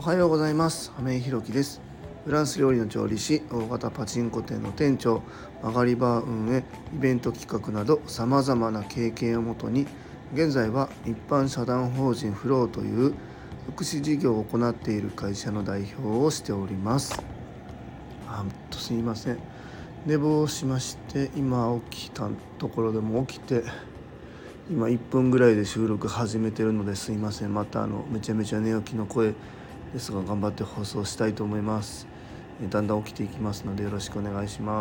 はようございます。亀井ひろきです。フランス料理の調理師、大型パチンコ店の店長、曲がりバー運営、イベント企画などさまざまな経験をもとに、現在は一般社団法人フローという福祉事業を行っている会社の代表をしております。すいません。寝坊しまして、今起きたところでも起きて、今1分ぐらいで収録始めてるのですいません。まためちゃめちゃ寝起きの声ですが、頑張って放送したいと思います。だんだん起きていきますのでよろしくお願いします。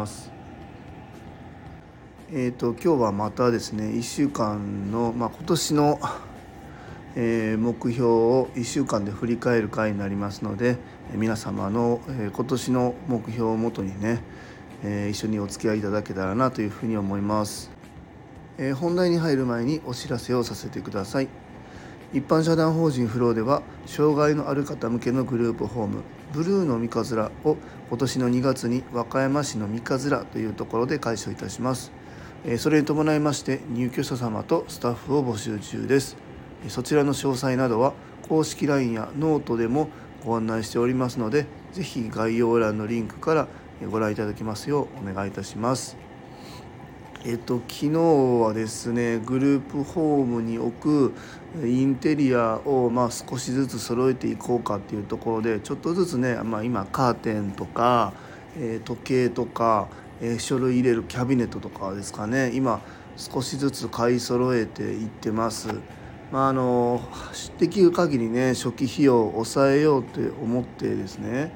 今日はまたですね、1週間の、今年の、目標を1週間で振り返る回になりますので、皆様の、今年の目標をもとにね、一緒にお付き合いいただけたらなというふうに思います。本題に入る前にお知らせをさせてください。一般社団法人フローでは、障害のある方向けのグループホームブルーの三日面を今年の2月に和歌山市の三日面というところで開所いたします。それに伴いまして入居者様とスタッフを募集中です。そちらの詳細などは公式 LINE やノートでもご案内しておりますので、ぜひ概要欄のリンクからご覧いただきますようお願いいたします。昨日はですね、グループホームに置くインテリアを少しずつ揃えていこうかっていうところで、ちょっとずつね、今カーテンとか、時計とか、書類入れるキャビネットとかですかね、今少しずつ買い揃えていってます。できる限りね、初期費用を抑えようって思ってですね、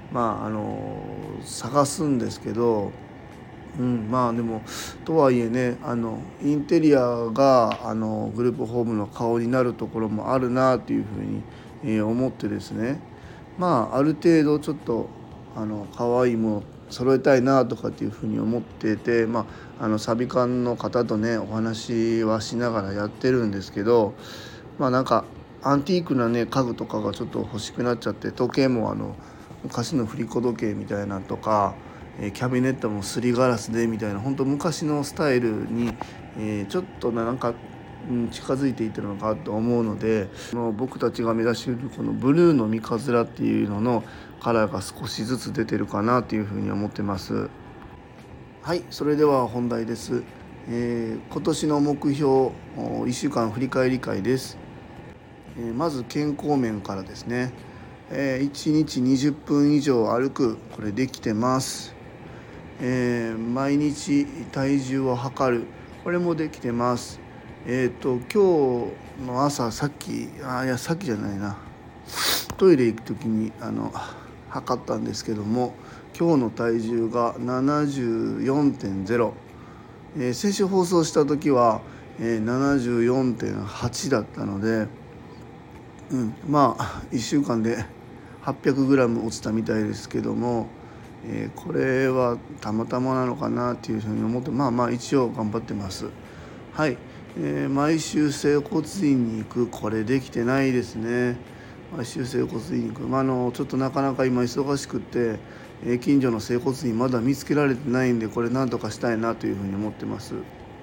探すんですけど、でもとはいえね、インテリアがグループホームの顔になるところもあるなっていうふうに、思ってですね、ある程度ちょっと可愛いもの揃えたいなとかっていうふうに思ってて、サビ館の方とねお話はしながらやってるんですけど、なんかアンティークなね家具とかがちょっと欲しくなっちゃって、時計も昔の振り子時計みたいなとか、キャビネットもすりガラスでみたいな、本当昔のスタイルに、ちょっと近づいていってるのかと思うので、僕たちが目指しているこのブルーの三日面っていうののカラーが少しずつ出てるかなというふうに思ってます。はい、それでは本題です。今年の目標1週間振り返り会です。まず健康面からですね、1日20分以上歩く、これできてます。毎日体重を測る、これもできてます。今日の朝さっきじゃないな、トイレ行く時に測ったんですけども、今日の体重が 74.0、先週放送した時は、74.8 だったので、1週間で 800g 落ちたみたいですけども、これはたまたまなのかなっていうふうに思って、一応頑張ってます。はい、毎週整骨院に行く、これできてないですね。毎週整骨院に行く、ちょっとなかなか今忙しくて、近所の整骨院まだ見つけられてないんで、これなんとかしたいなというふうに思ってます。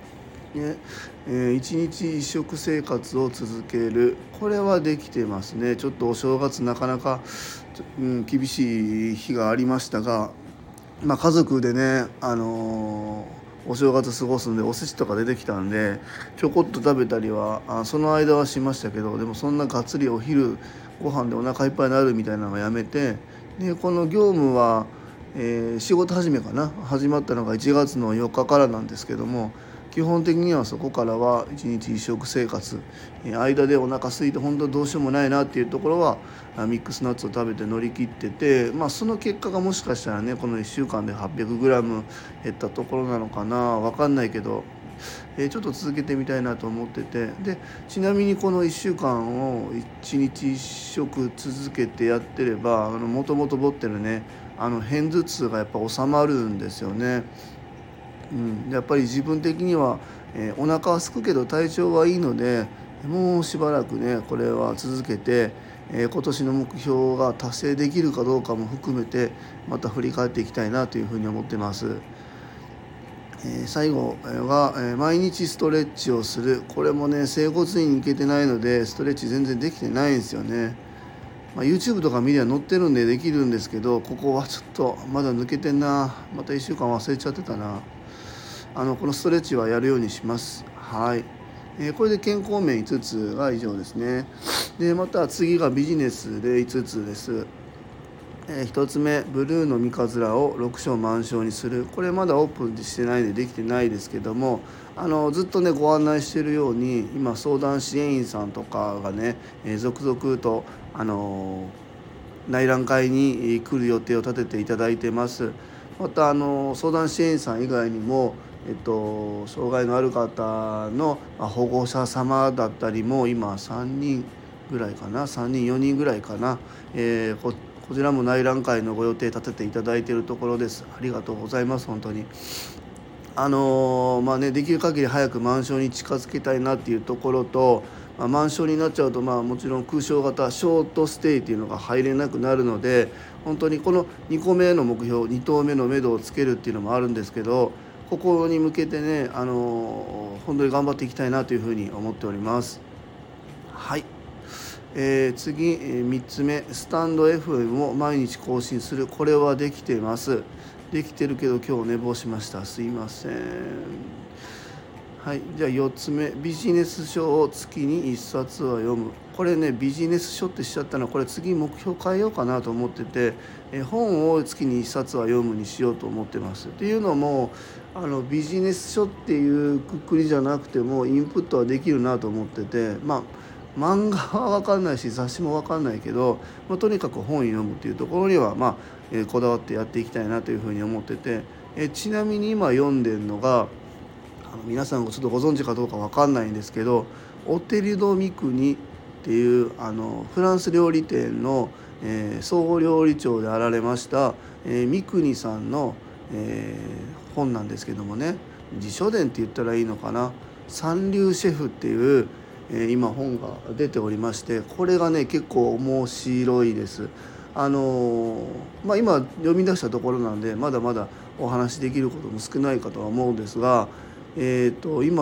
一日一食生活を続ける、これはできてますね。ちょっとお正月なかなか、厳しい日がありましたが、家族でね、お正月過ごすんでおせちとか出てきたんで、ちょこっと食べたりはその間はしましたけど、でもそんながっつりお昼ご飯でお腹いっぱいになるみたいなのはやめて、でこの業務は、仕事始めかな、始まったのが1月の4日からなんですけども、基本的にはそこからは一日一食生活、間でお腹空いて本当どうしようもないなっていうところはミックスナッツを食べて乗り切ってて、その結果がもしかしたらね、この1週間で 800g 減ったところなのかな、分かんないけど、ちょっと続けてみたいなと思ってて、でちなみにこの1週間を1日1食続けてやってれば、もともと持ってるね片頭痛がやっぱ収まるんですよね。やっぱり自分的には、お腹は空くけど体調はいいので、もうしばらくねこれは続けて、今年の目標が達成できるかどうかも含めてまた振り返っていきたいなというふうに思ってます。最後は、毎日ストレッチをする、これもね整骨院に行けてないのでストレッチ全然できてないんですよね。 YouTube とか見りゃ載ってるんでできるんですけど、ここはちょっとまだ抜けてんな。また1週間忘れちゃってたな。このストレッチはやるようにします。はい。これで健康面5つが以上ですね。でまた次がビジネスで5つです。1つ目、ブルーの三日面を6章満章にする。これまだオープンしてないんでできてないですけども、ずっとねご案内しているように、今相談支援員さんとかがね、続々と内覧会に来る予定を立てていただいてます。また相談支援員さん以外にも、障害のある方の保護者様だったりも今3人ぐらいかな、3人4人ぐらいかな、こちらも内覧会のご予定立てていただいているところです。ありがとうございます。本当にできる限り早く満床に近づけたいなっていうところと、満床になっちゃうともちろん空床型ショートステイっていうのが入れなくなるので、本当にこの2個目の目標、2投目の目処をつけるっていうのもあるんですけど、ここに向けてね、本当に頑張っていきたいなというふうに思っております。はい。次、3つ目、スタンド FM を毎日更新する。これはできてます。できてるけど今日寝坊しました。すいません。はい。じゃあ4つ目、ビジネス書を月に1冊は読む。これね、ビジネス書ってしちゃったのは、これ次目標変えようかなと思ってて、本を月に1冊は読むにしようと思ってます。っていうのも、ビジネス書っていうくくりじゃなくてもインプットはできるなと思ってて、漫画は分かんないし雑誌も分かんないけど、とにかく本読むっていうところにはこだわってやっていきたいなというふうに思ってて、ちなみに今読んでるのが、皆さんがちょっとご存知かどうか分かんないんですけど、オテル・ド・ミクニっていうフランス料理店の、総料理長であられました、ミクニさんの、本なんですけどもね、自叙伝って言ったらいいのかな、三流シェフっていう今本が出ておりまして、これがね結構面白いです。今読み出したところなんでまだまだお話しできることも少ないかとは思うんですが、今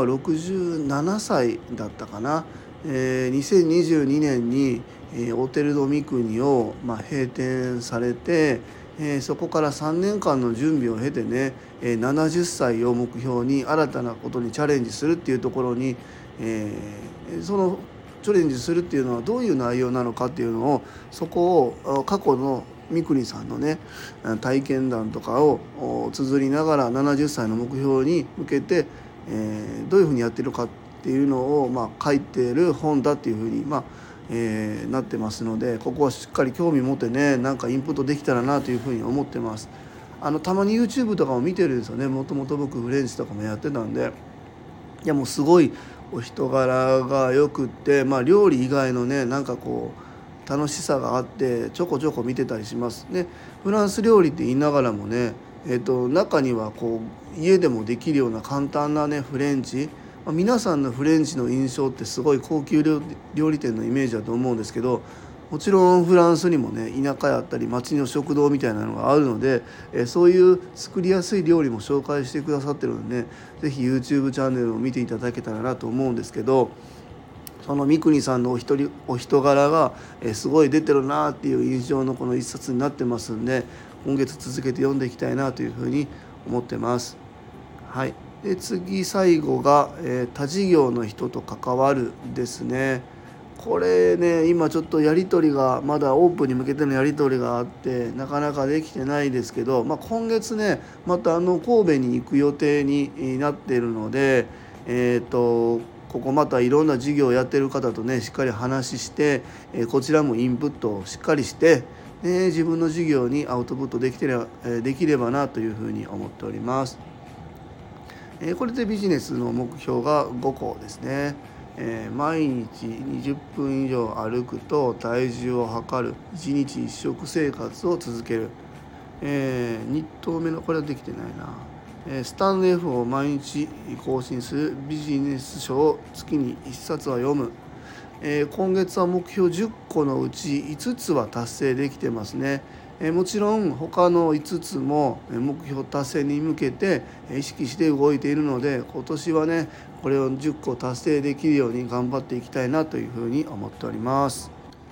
67歳だったかな、2022年に、オテル・ド・ミクニを、閉店されて、そこから3年間の準備を経てね、70歳を目標に新たなことにチャレンジするっていうところに、そのチャレンジするっていうのはどういう内容なのかっていうのを、そこを過去の三國さんのね体験談とかを綴りながら70歳の目標に向けて、どういうふうにやってるかっていうのを、書いている本だっていうふうに、なってますので、ここはしっかり興味持ってね、なんかインプットできたらなというふうに思ってます。たまに YouTube とかも見てるんですよね。もともと僕フレンチとかもやってたんで、いやもうすごいお人柄がよくって、料理以外のねなんかこう楽しさがあってちょこちょこ見てたりしますね。フランス料理って言いながらもね、中にはこう家でもできるような簡単なねフレンチ、皆さんのフレンチの印象ってすごい高級料理店のイメージだと思うんですけど、もちろんフランスにもね田舎やったり町の食堂みたいなのがあるので、そういう作りやすい料理も紹介してくださってるので、ね、ぜひ YouTube チャンネルを見ていただけたらなと思うんですけど、その三國さんのお人柄がすごい出てるなっていう印象のこの一冊になってますんで、今月続けて読んでいきたいなというふうに思ってます。はい。で次最後が、他事業の人と関わるですね。これね今ちょっとやり取りがまだオープンに向けてのやり取りがあってなかなかできてないですけど、今月ねまた神戸に行く予定になっているので、ここまたいろんな事業をやってる方とねしっかり話して、こちらもインプットをしっかりして、自分の事業にアウトプットできればなというふうに思っております。これでビジネスの目標が5個ですね。毎日20分以上歩くと体重を測る、1日1食生活を続ける、2投目のこれはできてないな、スタンド F を毎日更新する、ビジネス書を月に1冊は読む、今月は目標10個のうち5つは達成できてますね。もちろん他の5つも目標達成に向けて意識して動いているので、今年はねこれを10個達成できるように頑張っていきたいなというふうに思っております。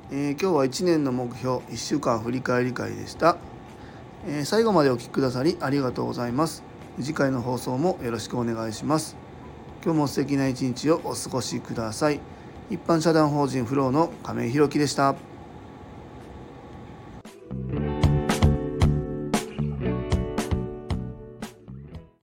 今日は1年の目標1週間振り返り会でした。最後までお聞きくださりありがとうございます。次回の放送もよろしくお願いします。今日も素敵な一日をお過ごしください。一般社団法人フローの亀井宏樹でした。